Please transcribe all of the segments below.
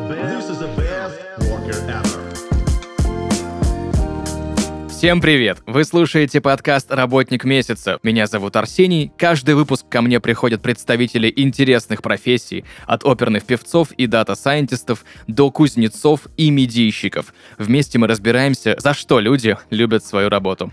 worker ever. Всем привет! Вы слушаете подкаст «Работник месяца». Меня зовут Арсений. Каждый выпуск ко мне приходят представители интересных профессий, от оперных певцов и дата-сайентистов до кузнецов и медийщиков. Вместе мы разбираемся, за что люди любят свою работу.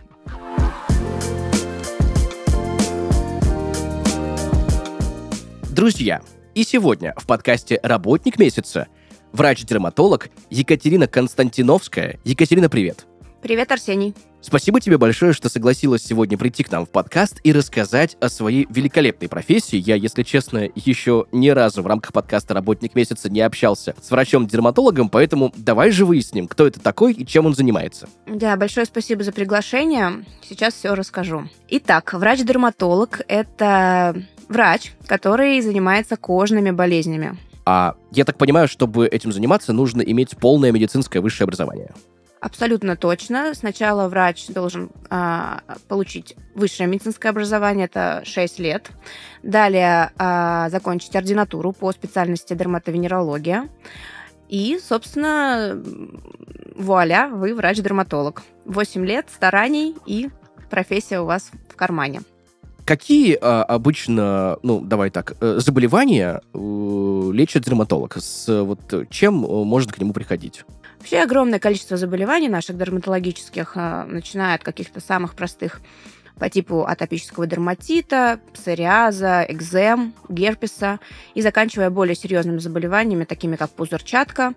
Друзья, и сегодня в подкасте «Работник месяца» врач-дерматолог Екатерина Константиновская. Екатерина, привет! Привет, Арсений. Спасибо тебе большое, что согласилась сегодня прийти к нам в подкаст и рассказать о своей великолепной профессии. Я, если честно, еще ни разу в рамках подкаста «Работник месяца» не общался с врачом-дерматологом, поэтому давай же выясним, кто это такой и чем он занимается. Да, большое спасибо за приглашение. Сейчас все расскажу. Итак, врач-дерматолог – это врач, который занимается кожными болезнями. А я так понимаю, чтобы этим заниматься, нужно иметь полное медицинское высшее образование. Абсолютно точно. Сначала врач должен получить высшее медицинское образование, это 6 лет. Далее закончить ординатуру по специальности дерматовенерология. И, собственно, вуаля, вы врач-дерматолог. 8 лет стараний, и профессия у вас в кармане. Какие обычно, заболевания лечит дерматолог? Чем может к нему приходить? Вообще огромное количество заболеваний наших дерматологических, начиная от каких-то самых простых по типу атопического дерматита, псориаза, экзем, герпеса, и заканчивая более серьезными заболеваниями, такими как пузырчатка,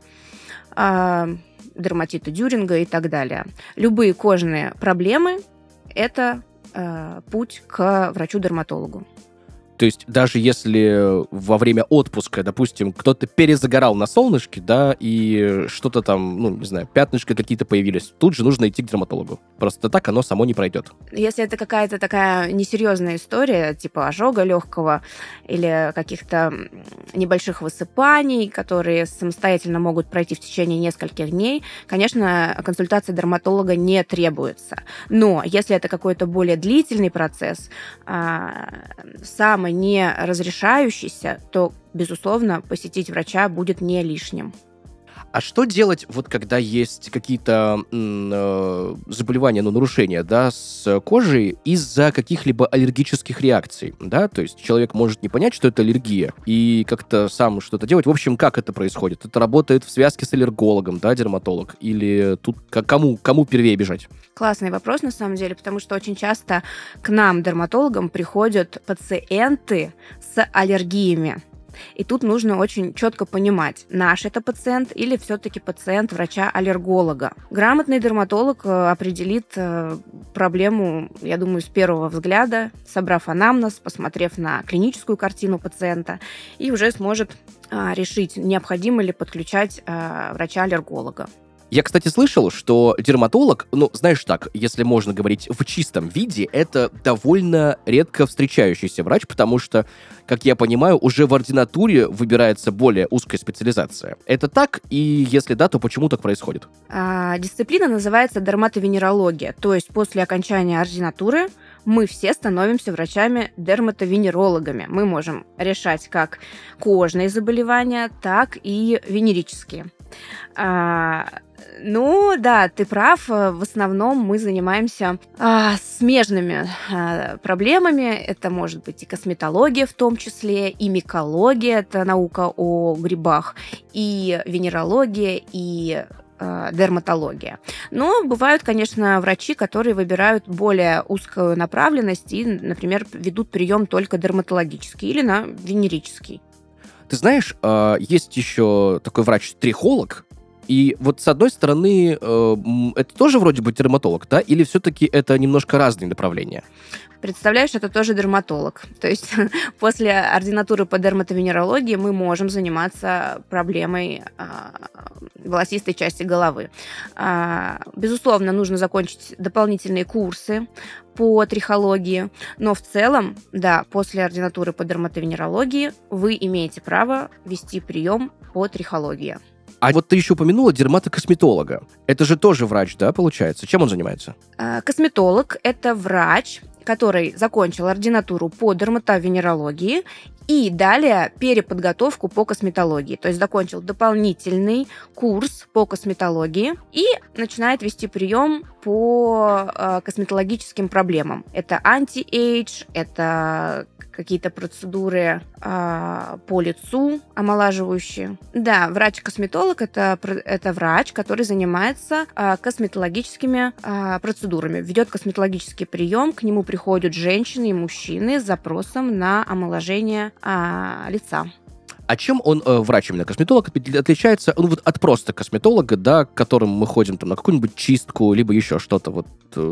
дерматита Дюринга и так далее. Любые кожные проблемы – это путь к врачу-дерматологу. То есть даже если во время отпуска, допустим, кто-то перезагорал на солнышке, да, и что-то там, пятнышки какие-то появились, тут же нужно идти к дерматологу. Просто так оно само не пройдет. Если это какая-то такая несерьезная история, типа ожога легкого или каких-то небольших высыпаний, которые самостоятельно могут пройти в течение нескольких дней, конечно, консультация дерматолога не требуется. Но если это какой-то более длительный процесс, самый не разрешающийся, то, безусловно, посетить врача будет не лишним. А что делать, когда есть какие-то заболевания, нарушения, да, с кожей из-за каких-либо аллергических реакций, да? То есть человек может не понять, что это аллергия, и как-то сам что-то делать. В общем, как это происходит? Это работает в связке с аллергологом, да, дерматолог? Или тут кому первее бежать? Классный вопрос, на самом деле, потому что очень часто к нам, дерматологам, приходят пациенты с аллергиями. И тут нужно очень четко понимать, наш это пациент или все-таки пациент врача-аллерголога. Грамотный дерматолог определит проблему, я думаю, с первого взгляда, собрав анамнез, посмотрев на клиническую картину пациента, и уже сможет решить, необходимо ли подключать врача-аллерголога. Я, кстати, слышал, что дерматолог, если можно говорить в чистом виде, это довольно редко встречающийся врач, потому что, как я понимаю, уже в ординатуре выбирается более узкая специализация. Это так? И если да, то почему так происходит? Дисциплина называется дерматовенерология, то есть после окончания ординатуры мы все становимся врачами-дерматовенерологами. Мы можем решать как кожные заболевания, так и венерические. Ты прав. В основном мы занимаемся смежными проблемами. Это может быть и косметология в том числе, и микология, это наука о грибах, и венерология, и дерматология. Но бывают, конечно, врачи, которые выбирают более узкую направленность и, например, ведут прием только дерматологический или на венерический. Ты знаешь, есть еще такой врач-трихолог, и с одной стороны, это тоже вроде бы дерматолог, да? Или все-таки это немножко разные направления? Представляешь, это тоже дерматолог. То есть после ординатуры по дерматовенерологии мы можем заниматься проблемой волосистой части головы. Безусловно, нужно закончить дополнительные курсы по трихологии, но в целом, да, после ординатуры по дерматовенерологии вы имеете право вести прием по трихологии. А ты еще упомянула дерматокосметолога. Это же тоже врач, да, получается? Чем он занимается? Косметолог – это врач, который закончил ординатуру по дерматовенерологии И далее переподготовку по косметологии. То есть закончил дополнительный курс по косметологии и начинает вести прием по косметологическим проблемам. Это анти-эйдж, это какие-то процедуры по лицу омолаживающие. Да, врач-косметолог это врач, который занимается косметологическими процедурами, ведет косметологический прием, к нему приходят женщины и мужчины с запросом на омоложение лица. А чем он, врач именно косметолог, отличается от просто косметолога, да, к которым мы ходим там, на какую-нибудь чистку, либо еще что-то?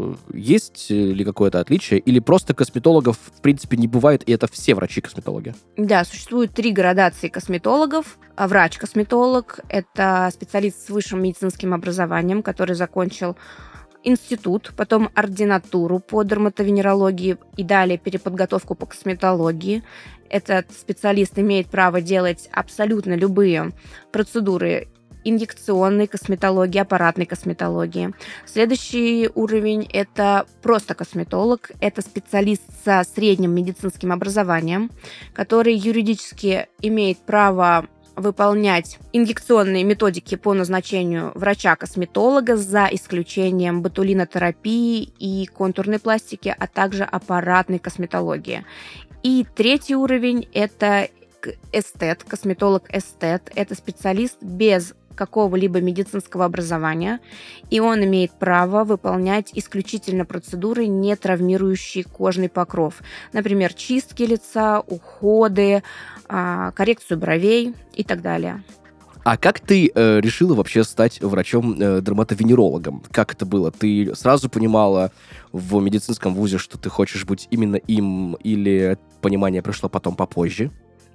Есть ли какое-то отличие? Или просто косметологов, в принципе, не бывает, и это все врачи-косметологи? Да, существует 3 градации косметологов. Врач-косметолог – это специалист с высшим медицинским образованием, который закончил институт, потом ординатуру по дерматовенерологии и далее переподготовку по косметологии. Этот специалист имеет право делать абсолютно любые процедуры инъекционной косметологии, аппаратной косметологии. Следующий уровень – это просто косметолог. Это специалист со средним медицинским образованием, который юридически имеет право выполнять инъекционные методики по назначению врача-косметолога за исключением ботулинотерапии и контурной пластики, а также аппаратной косметологии. И третий уровень – это эстет, косметолог-эстет. Это специалист без какого-либо медицинского образования, и он имеет право выполнять исключительно процедуры, не травмирующие кожный покров. Например, чистки лица, уходы, коррекцию бровей и так далее. А как ты решила вообще стать врачом-дерматовенерологом? Как это было? Ты сразу понимала в медицинском вузе, что ты хочешь быть именно им, или понимание пришло потом попозже?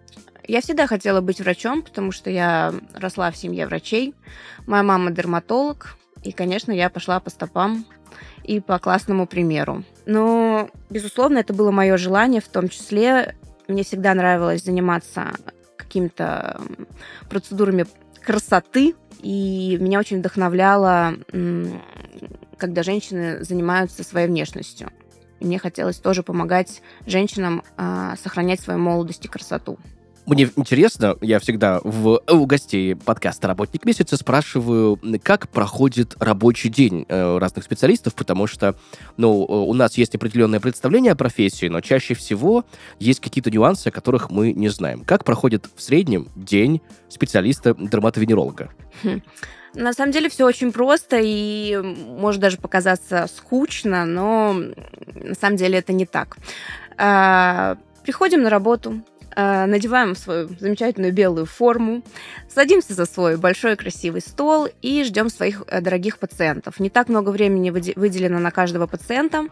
Я всегда хотела быть врачом, потому что я росла в семье врачей. Моя мама дерматолог, и, конечно, я пошла по стопам и по классному примеру. Но, безусловно, это было мое желание, в том числе мне всегда нравилось заниматься какими-то процедурами красоты, и меня очень вдохновляло, когда женщины занимаются своей внешностью. И мне хотелось тоже помогать женщинам сохранять свою молодость и красоту. Мне интересно, я всегда у гостей подкаста «Работник месяца» спрашиваю, как проходит рабочий день разных специалистов, потому что, у нас есть определенное представление о профессии, но чаще всего есть какие-то нюансы, о которых мы не знаем. Как проходит в среднем день специалиста-дерматовенеролога? На самом деле все очень просто и может даже показаться скучно, но на самом деле это не так. Приходим на работу, надеваем свою замечательную белую форму, садимся за свой большой красивый стол и ждем своих дорогих пациентов. Не так много времени выделено на каждого пациента.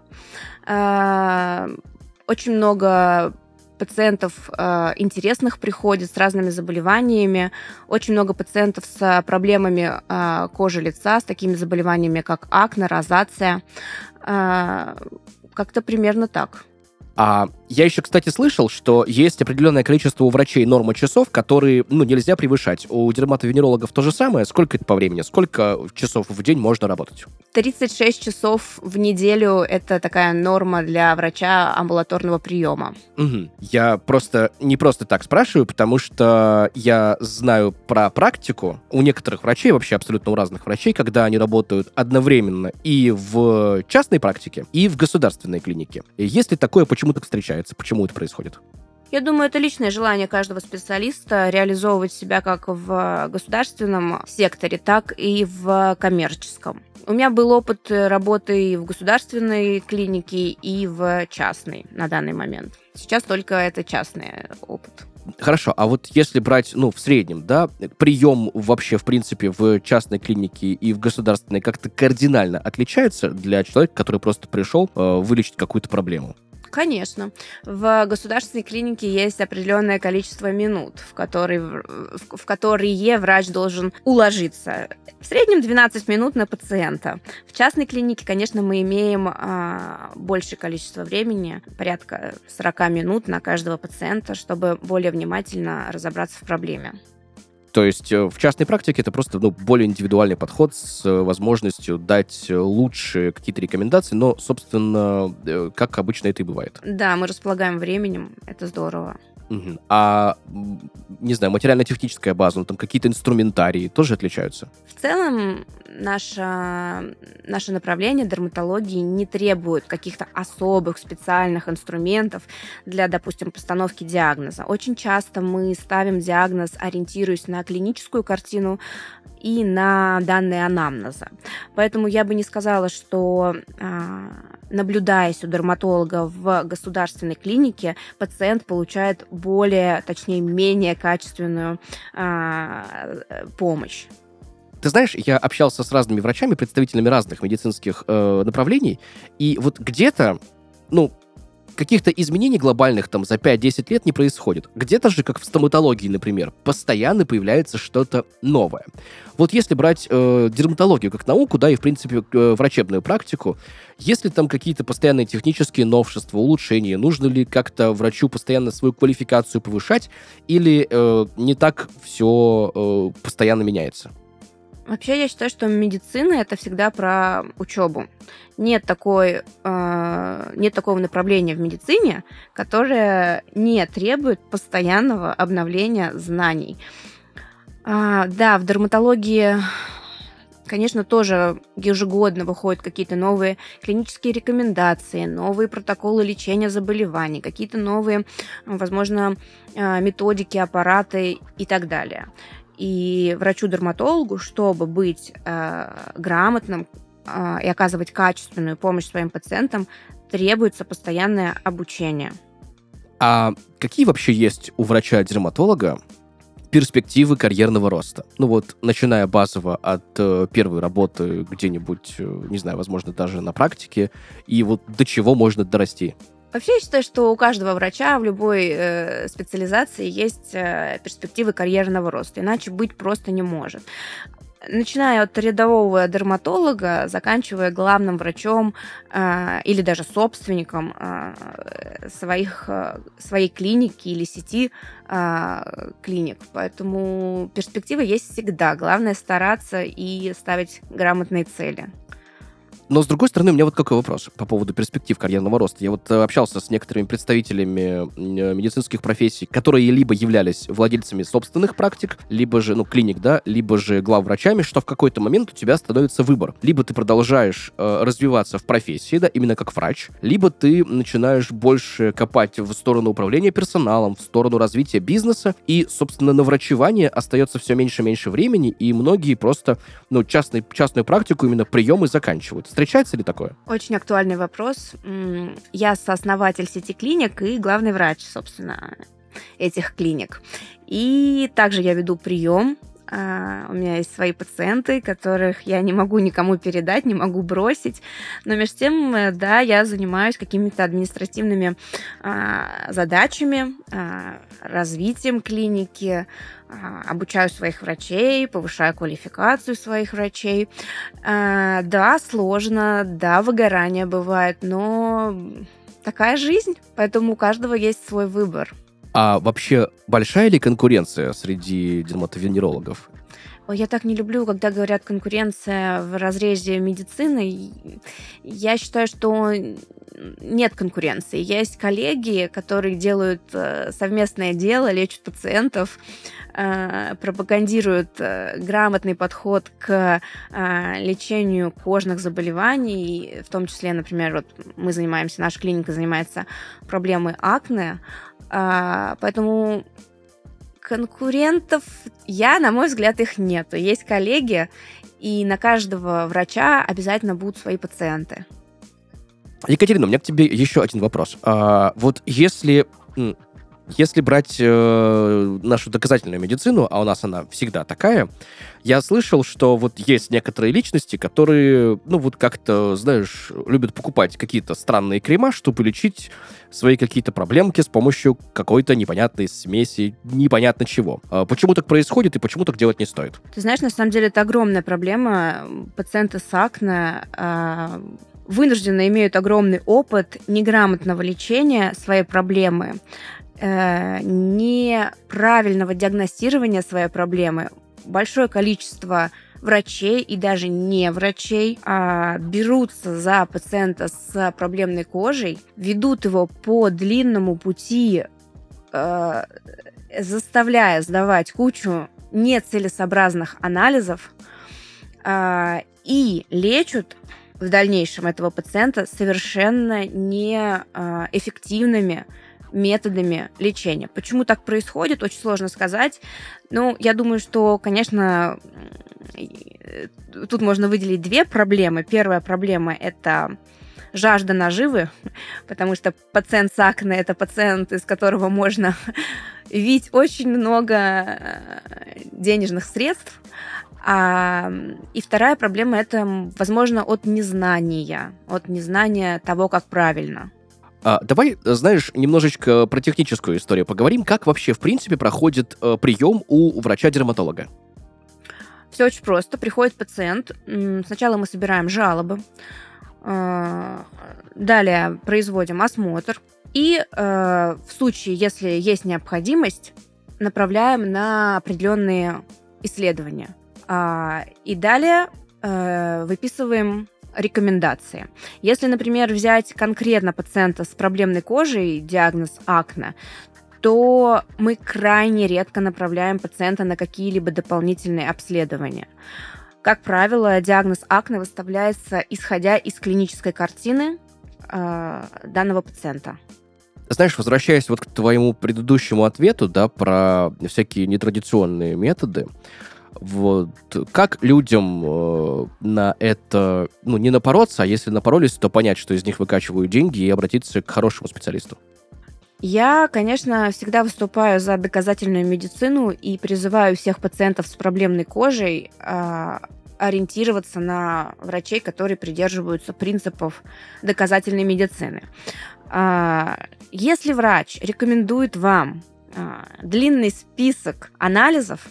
Очень много пациентов интересных приходит с разными заболеваниями. Очень много пациентов с проблемами кожи лица, с такими заболеваниями, как акне, розация. Как-то примерно так. А я еще, кстати, слышал, что есть определенное количество у врачей норма часов, которые, нельзя превышать. У дерматовенерологов то же самое. Сколько это по времени? Сколько часов в день можно работать? 36 часов в неделю – это такая норма для врача амбулаторного приема. Угу. Я не просто так спрашиваю, потому что я знаю про практику у некоторых врачей, вообще абсолютно у разных врачей, когда они работают одновременно и в частной практике, и в государственной клинике. Если такое почему-то встречается, почему это происходит? Я думаю, это личное желание каждого специалиста реализовывать себя как в государственном секторе, так и в коммерческом. У меня был опыт работы и в государственной клинике, и в частной на данный момент. Сейчас только это частный опыт. Хорошо, а вот если брать, в среднем, да, прием вообще, в принципе, в частной клинике и в государственной как-то кардинально отличается для человека, который просто пришел вылечить какую-то проблему? Конечно. В государственной клинике есть определенное количество минут, в которые врач должен уложиться. В среднем 12 минут на пациента. В частной клинике, конечно, мы имеем большее количество времени, порядка 40 минут на каждого пациента, чтобы более внимательно разобраться в проблеме. То есть в частной практике это просто более индивидуальный подход с возможностью дать лучшие какие-то рекомендации, но, собственно, как обычно это и бывает. Да, мы располагаем временем, это здорово. Мгм. А, не знаю, материально-техническая база, ну, там какие-то инструментарии тоже отличаются? В целом, наше направление дерматологии не требует каких-то особых специальных инструментов для, допустим, постановки диагноза. Очень часто мы ставим диагноз, ориентируясь на клиническую картину и на данные анамнеза. Поэтому я бы не сказала, что, наблюдаясь у дерматолога в государственной клинике, пациент получает более, точнее, менее качественную помощь. Ты знаешь, я общался с разными врачами, представителями разных медицинских направлений, и вот где-то, ну, каких-то изменений глобальных там за 5-10 лет не происходит. Где-то же, как в стоматологии, например, постоянно появляется что-то новое. Вот если брать дерматологию как науку, да, и, в принципе, врачебную практику, есть ли там какие-то постоянные технические новшества, улучшения? Нужно ли как-то врачу постоянно свою квалификацию повышать? Или не так все постоянно меняется? Вообще, я считаю, что медицина это всегда про учебу. Нет такого направления в медицине, которое не требует постоянного обновления знаний. Да, в дерматологии, конечно, тоже ежегодно выходят какие-то новые клинические рекомендации, новые протоколы лечения заболеваний, какие-то новые, возможно, методики, аппараты и так далее. И врачу-дерматологу, чтобы быть грамотным и оказывать качественную помощь своим пациентам, требуется постоянное обучение. А какие вообще есть у врача-дерматолога перспективы карьерного роста? Ну вот, начиная базово от первой работы где-нибудь, не знаю, возможно, даже на практике, и вот до чего можно дорасти? Вообще, я считаю, что у каждого врача в любой специализации есть перспективы карьерного роста, иначе быть просто не может. Начиная от рядового дерматолога, заканчивая главным врачом или даже собственником своей клиники или сети клиник. Поэтому перспективы есть всегда. Главное стараться и ставить грамотные цели. Но, с другой стороны, у меня вот какой вопрос по поводу перспектив карьерного роста. Я вот общался с некоторыми представителями медицинских профессий, которые либо являлись владельцами собственных практик, либо же, ну, клиник, да, либо же главврачами, что в какой-то момент у тебя становится выбор. Либо ты продолжаешь развиваться в профессии, да, именно как врач, либо ты начинаешь больше копать в сторону управления персоналом, в сторону развития бизнеса, и, собственно, на врачевание остается все меньше и меньше времени, и многие просто, ну, частную практику, именно приемы заканчивают. Встречается ли такое? Очень актуальный вопрос. Я сооснователь сети клиник и главный врач, собственно, этих клиник. И также я веду прием. У меня есть свои пациенты, которых я не могу никому передать, не могу бросить. Но между тем, да, я занимаюсь какими-то административными задачами, развитием клиники, обучаю своих врачей, повышаю квалификацию своих врачей. Да, сложно, да, выгорание бывает, но такая жизнь, поэтому у каждого есть свой выбор. А вообще большая ли конкуренция среди дерматовенерологов? Ой, я так не люблю, когда говорят конкуренция в разрезе медицины. Я считаю, что нет конкуренции. Есть коллеги, которые делают совместное дело, лечат пациентов, пропагандируют грамотный подход к лечению кожных заболеваний, в том числе, например, вот наша клиника занимается проблемой акне, поэтому конкурентов, на мой взгляд, их нету. Есть коллеги, и на каждого врача обязательно будут свои пациенты. Екатерина, у меня к тебе еще один вопрос. Вот если брать нашу доказательную медицину, а у нас она всегда такая, я слышал, что вот есть некоторые личности, которые, ну вот как-то, знаешь, любят покупать какие-то странные крема, чтобы лечить свои какие-то проблемки с помощью какой-то непонятной смеси, непонятно чего. Почему так происходит и почему так делать не стоит? Ты знаешь, на самом деле это огромная проблема. Пациенты с акне вынужденно имеют огромный опыт неграмотного лечения своей проблемы, неправильного диагностирования своей проблемы. Большое количество врачей и даже не врачей берутся за пациента с проблемной кожей, ведут его по длинному пути заставляя сдавать кучу нецелесообразных анализов, и лечат в дальнейшем этого пациента совершенно неэффективными методами лечения. Почему так происходит, очень сложно сказать. Ну, я думаю, что, конечно, тут можно выделить две проблемы. Первая проблема – это жажда наживы, потому что пациент с акне – это пациент, из которого можно видеть очень много денежных средств. И вторая проблема – это, возможно, от незнания того, как правильно. Давай, знаешь, немножечко про техническую историю поговорим. Как вообще, в принципе, проходит прием у врача-дерматолога? Все очень просто. Приходит пациент. Сначала мы собираем жалобы. Далее производим осмотр. И в случае, если есть необходимость, направляем на определенные исследования. И далее выписываем рекомендации. Если, например, взять конкретно пациента с проблемной кожей, диагноз акне, то мы крайне редко направляем пациента на какие-либо дополнительные обследования. Как правило, диагноз акне выставляется, исходя из клинической картины данного пациента. Знаешь, возвращаясь вот к твоему предыдущему ответу, да, про всякие нетрадиционные методы, вот как людям на это, не напороться, а если напоролись, то понять, что из них выкачивают деньги и обратиться к хорошему специалисту? Я, конечно, всегда выступаю за доказательную медицину и призываю всех пациентов с проблемной кожей ориентироваться на врачей, которые придерживаются принципов доказательной медицины. Если врач рекомендует вам длинный список анализов,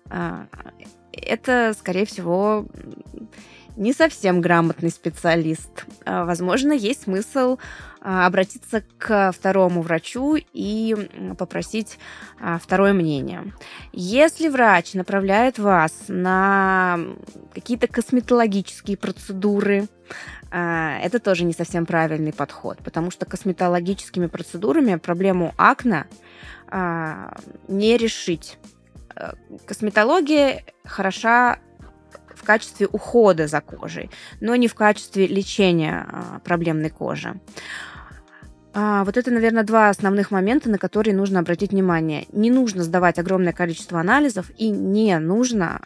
это, скорее всего, не совсем грамотный специалист. Возможно, есть смысл обратиться к второму врачу и попросить второе мнение. Если врач направляет вас на какие-то косметологические процедуры, это тоже не совсем правильный подход, потому что косметологическими процедурами проблему акне не решить. Косметология хороша в качестве ухода за кожей, но не в качестве лечения проблемной кожи. Вот это, наверное, два основных момента, на которые нужно обратить внимание. Не нужно сдавать огромное количество анализов и не нужно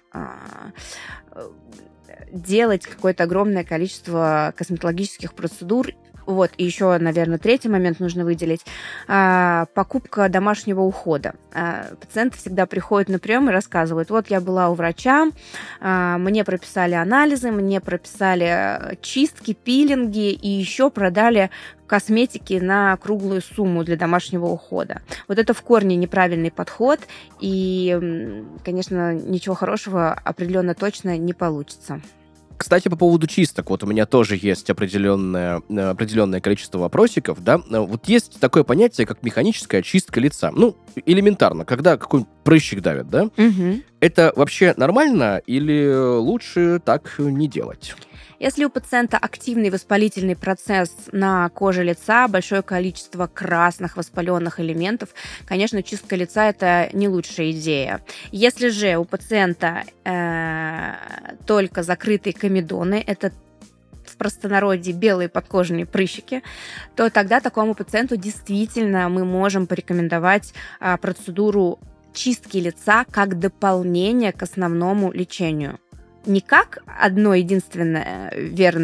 делать какое-то огромное количество косметологических процедур. Вот, и еще, наверное, третий момент нужно выделить. Покупка домашнего ухода. Пациенты всегда приходят на прием и рассказывают: вот я была у врача, мне прописали анализы, мне прописали чистки, пилинги и еще продали косметики на круглую сумму для домашнего ухода. Вот это в корне неправильный подход, и, конечно, ничего хорошего определенно точно не получится. Кстати, по поводу чисток, вот у меня тоже есть определенное количество вопросиков, да. Вот есть такое понятие, как механическая чистка лица. Элементарно, когда какой-нибудь прыщик давит, да? Угу. Это вообще нормально или лучше так не делать? Если у пациента активный воспалительный процесс на коже лица, большое количество красных воспаленных элементов, конечно, чистка лица – это не лучшая идея. Если же у пациента только закрытые комедоны, это в простонародье белые подкожные прыщики, то тогда такому пациенту действительно мы можем порекомендовать процедуру чистки лица как дополнение к основному лечению. Не как одно единственное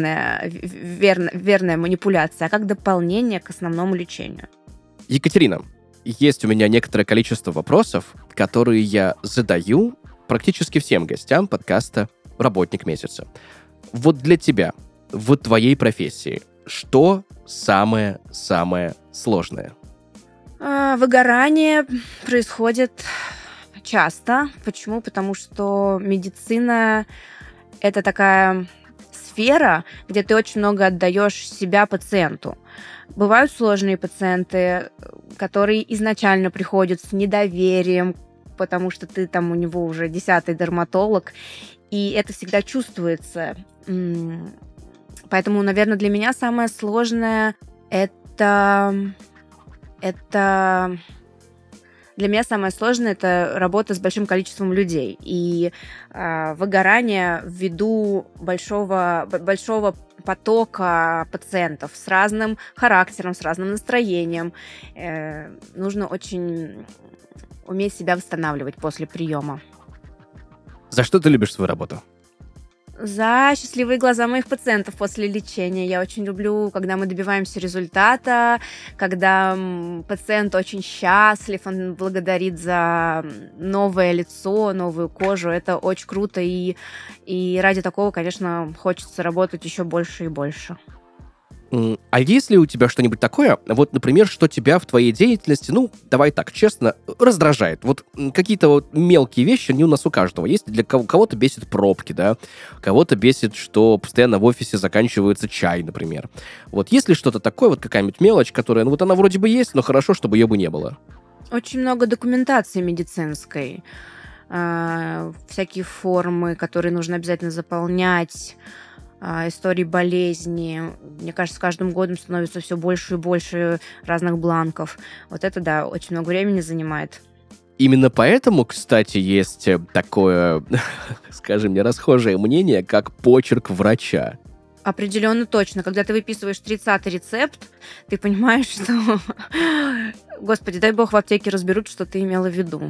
верная манипуляция, а как дополнение к основному лечению. Екатерина, есть у меня некоторое количество вопросов, которые я задаю практически всем гостям подкаста «Работник месяца». Вот для тебя, в твоей профессии, что самое-самое сложное? Выгорание происходит часто. Почему? Потому что медицина – это такая сфера, где ты очень много отдаешь себя пациенту. Бывают сложные пациенты, которые изначально приходят с недоверием, потому что ты там у него уже 10-й дерматолог, и это всегда чувствуется. Поэтому, наверное, для меня самое сложное – это Для меня самое сложное – это работа с большим количеством людей. И выгорание ввиду большого потока пациентов с разным характером, с разным настроением. Нужно очень уметь себя восстанавливать после приема. За что ты любишь свою работу? За счастливые глаза моих пациентов после лечения. Я очень люблю, когда мы добиваемся результата, когда пациент очень счастлив, он благодарит за новое лицо, новую кожу. Это очень круто, и ради такого, конечно, хочется работать еще больше и больше. А есть ли у тебя что-нибудь такое, вот, например, что тебя в твоей деятельности, давай так, честно, раздражает? Вот какие-то вот мелкие вещи, они у нас у каждого есть. Для кого-то бесит пробки, да, кого-то бесит, что постоянно в офисе заканчивается чай, например. Вот есть ли что-то такое, вот какая-нибудь мелочь, которая, она вроде бы есть, но хорошо, чтобы ее бы не было? Очень много документации медицинской, всякие формы, которые нужно обязательно заполнять, истории болезни. Мне кажется, с каждым годом становится все больше и больше разных бланков. Вот это, да, очень много времени занимает. Именно поэтому, кстати, есть такое, скажи мне, расхожее мнение, как почерк врача. Определенно точно. Когда ты выписываешь 30-й рецепт, ты понимаешь, что... Господи, дай бог в аптеке разберут, что ты имела в виду.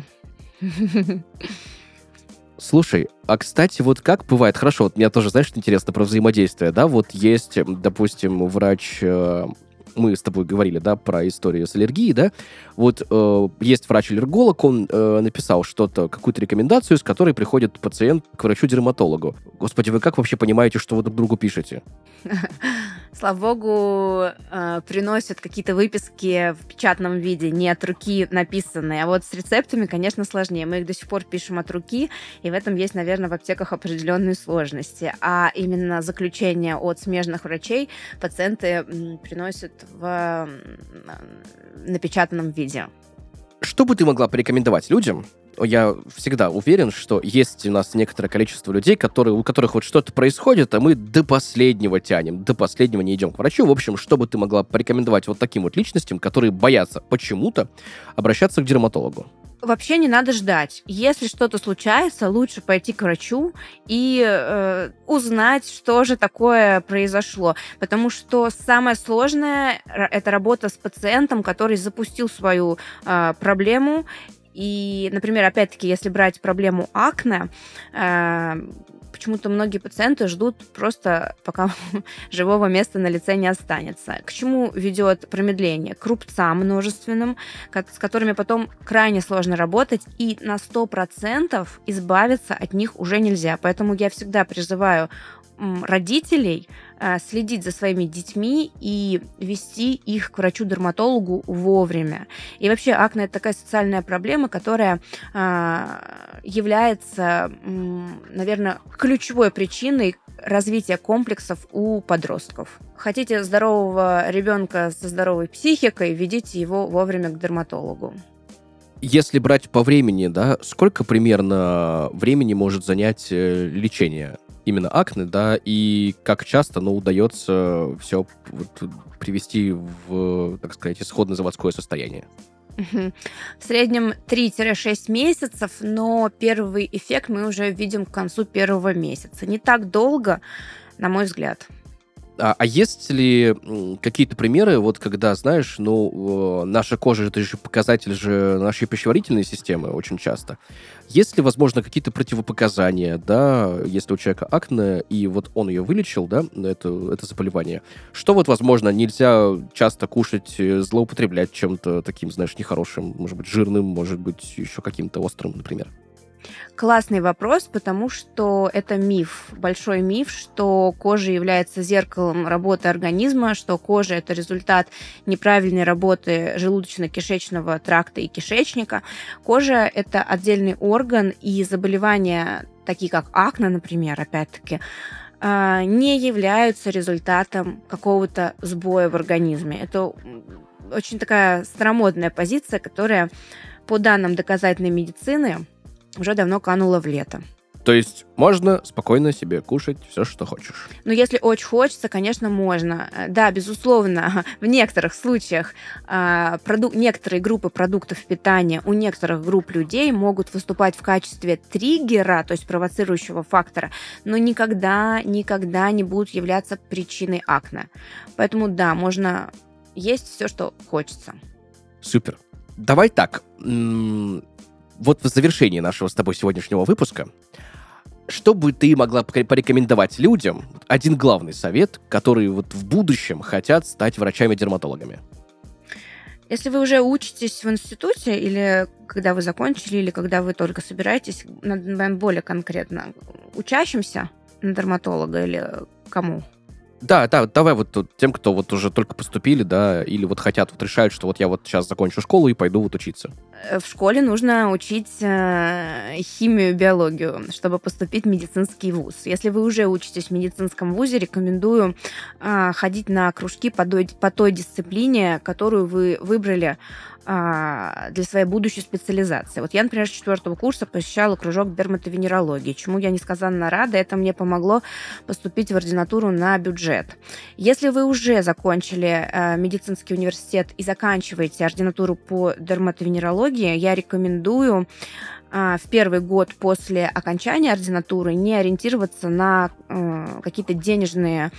Слушай, а, кстати, вот как бывает, хорошо, вот мне тоже, знаешь, интересно про взаимодействие, да, вот есть, допустим, врач, мы с тобой говорили, да, про историю с аллергией, да, вот есть врач-аллерголог, он написал что-то, какую-то рекомендацию, с которой приходит пациент к врачу-дерматологу. Господи, вы как вообще понимаете, что вы друг другу пишете? Слава богу, приносят какие-то выписки в печатном виде, не от руки написанные. А вот с рецептами, конечно, сложнее. Мы их до сих пор пишем от руки, и в этом есть, наверное, в аптеках определенные сложности. А именно заключение от смежных врачей пациенты приносят в напечатанном виде. Что бы ты могла порекомендовать людям? Я всегда уверен, что есть у нас некоторое количество людей, у которых вот что-то происходит, а мы до последнего тянем, до последнего не идем к врачу. В общем, что бы ты могла порекомендовать вот таким вот личностям, которые боятся почему-то обращаться к дерматологу? Вообще не надо ждать. Если что-то случается, лучше пойти к врачу и узнать, что же такое произошло. Потому что самое сложное – это работа с пациентом, который запустил свою проблему. И, например, опять-таки, если брать проблему акне, почему-то многие пациенты ждут просто, пока живого места на лице не останется. К чему ведет промедление? К рубцам множественным, с которыми потом крайне сложно работать, и на 100% избавиться от них уже нельзя. Поэтому я всегда призываю родителей следить за своими детьми и вести их к врачу-дерматологу вовремя. И вообще акне – это такая социальная проблема, которая является, наверное, ключевой причиной развития комплексов у подростков. Хотите здорового ребенка со здоровой психикой, ведите его вовремя к дерматологу. Если брать по времени, да, сколько примерно времени может занять лечение именно акне, да, и как часто, удается все привести в, так сказать, исходно-заводское состояние? В среднем 3-6 месяцев, но первый эффект мы уже видим к концу первого месяца. Не так долго, на мой взгляд. А есть ли какие-то примеры, вот когда, знаешь, наша кожа, это же показатель же нашей пищеварительной системы очень часто. Есть ли, возможно, какие-то противопоказания, да, если у человека акне, и вот он ее вылечил, да, это заболевание, что вот, возможно, нельзя часто кушать, злоупотреблять чем-то таким, знаешь, нехорошим, может быть, жирным, может быть, еще каким-то острым, например? Классный вопрос, потому что это миф, большой миф, что кожа является зеркалом работы организма, что кожа – это результат неправильной работы желудочно-кишечного тракта и кишечника. Кожа – это отдельный орган, и заболевания, такие как акне, например, опять-таки, не являются результатом какого-то сбоя в организме. Это очень такая старомодная позиция, которая, по данным доказательной медицины, уже давно канула в лето. То есть можно спокойно себе кушать все, что хочешь. Но если очень хочется, конечно, можно. Да, безусловно, в некоторых случаях некоторые группы продуктов питания у некоторых групп людей могут выступать в качестве триггера, то есть провоцирующего фактора, но никогда не будут являться причиной акне. Поэтому да, можно есть все, что хочется. Супер. Давай так. Вот в завершении нашего с тобой сегодняшнего выпуска, что бы ты могла порекомендовать людям, один главный совет, которые вот в будущем хотят стать врачами-дерматологами? Если вы уже учитесь в институте, или когда вы закончили, или когда вы только собираетесь, наверное, более конкретно, учащимся на дерматолога или кому? Да, давай вот тут тем, кто вот уже только поступили, да, или вот хотят, вот решают, что вот я вот сейчас закончу школу и пойду вот учиться. В школе нужно учить химию, биологию, чтобы поступить в медицинский вуз. Если вы уже учитесь в медицинском вузе, рекомендую ходить на кружки по той дисциплине, которую вы выбрали для своей будущей специализации. Вот я, например, с 4 курса посещала кружок дерматовенерологии, чему я несказанно рада. Это мне помогло поступить в ординатуру на бюджет. Если вы уже закончили медицинский университет и заканчиваете ординатуру по дерматовенерологии, я рекомендую в первый год после окончания ординатуры не ориентироваться на какие-то денежные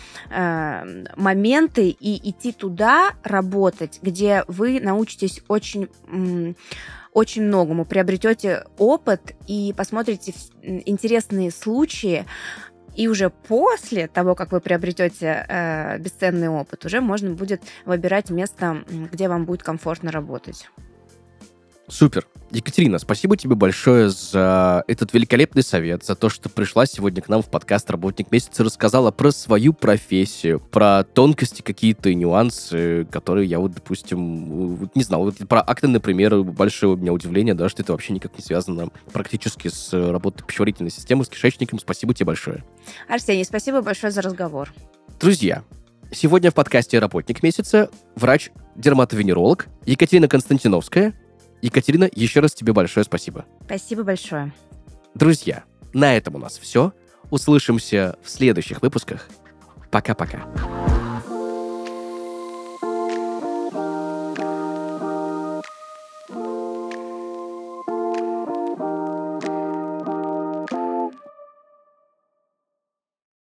моменты и идти туда работать, где вы научитесь очень многому, приобретете опыт и посмотрите интересные случаи. И уже после того, как вы приобретете бесценный опыт, уже можно будет выбирать место, где вам будет комфортно работать. Супер. Екатерина, спасибо тебе большое за этот великолепный совет, за то, что пришла сегодня к нам в подкаст «Работник месяца», рассказала про свою профессию, про тонкости какие-то, нюансы, которые я вот, допустим, не знал. Вот про акне, например, большое у меня удивление, да, что это вообще никак не связано практически с работой пищеварительной системы, с кишечником. Спасибо тебе большое. Арсений, спасибо большое за разговор. Друзья, сегодня в подкасте «Работник месяца» врач-дерматовенеролог Екатерина Константиновская. Екатерина, еще раз тебе большое спасибо. Спасибо большое. Друзья, на этом у нас все. Услышимся в следующих выпусках. Пока-пока.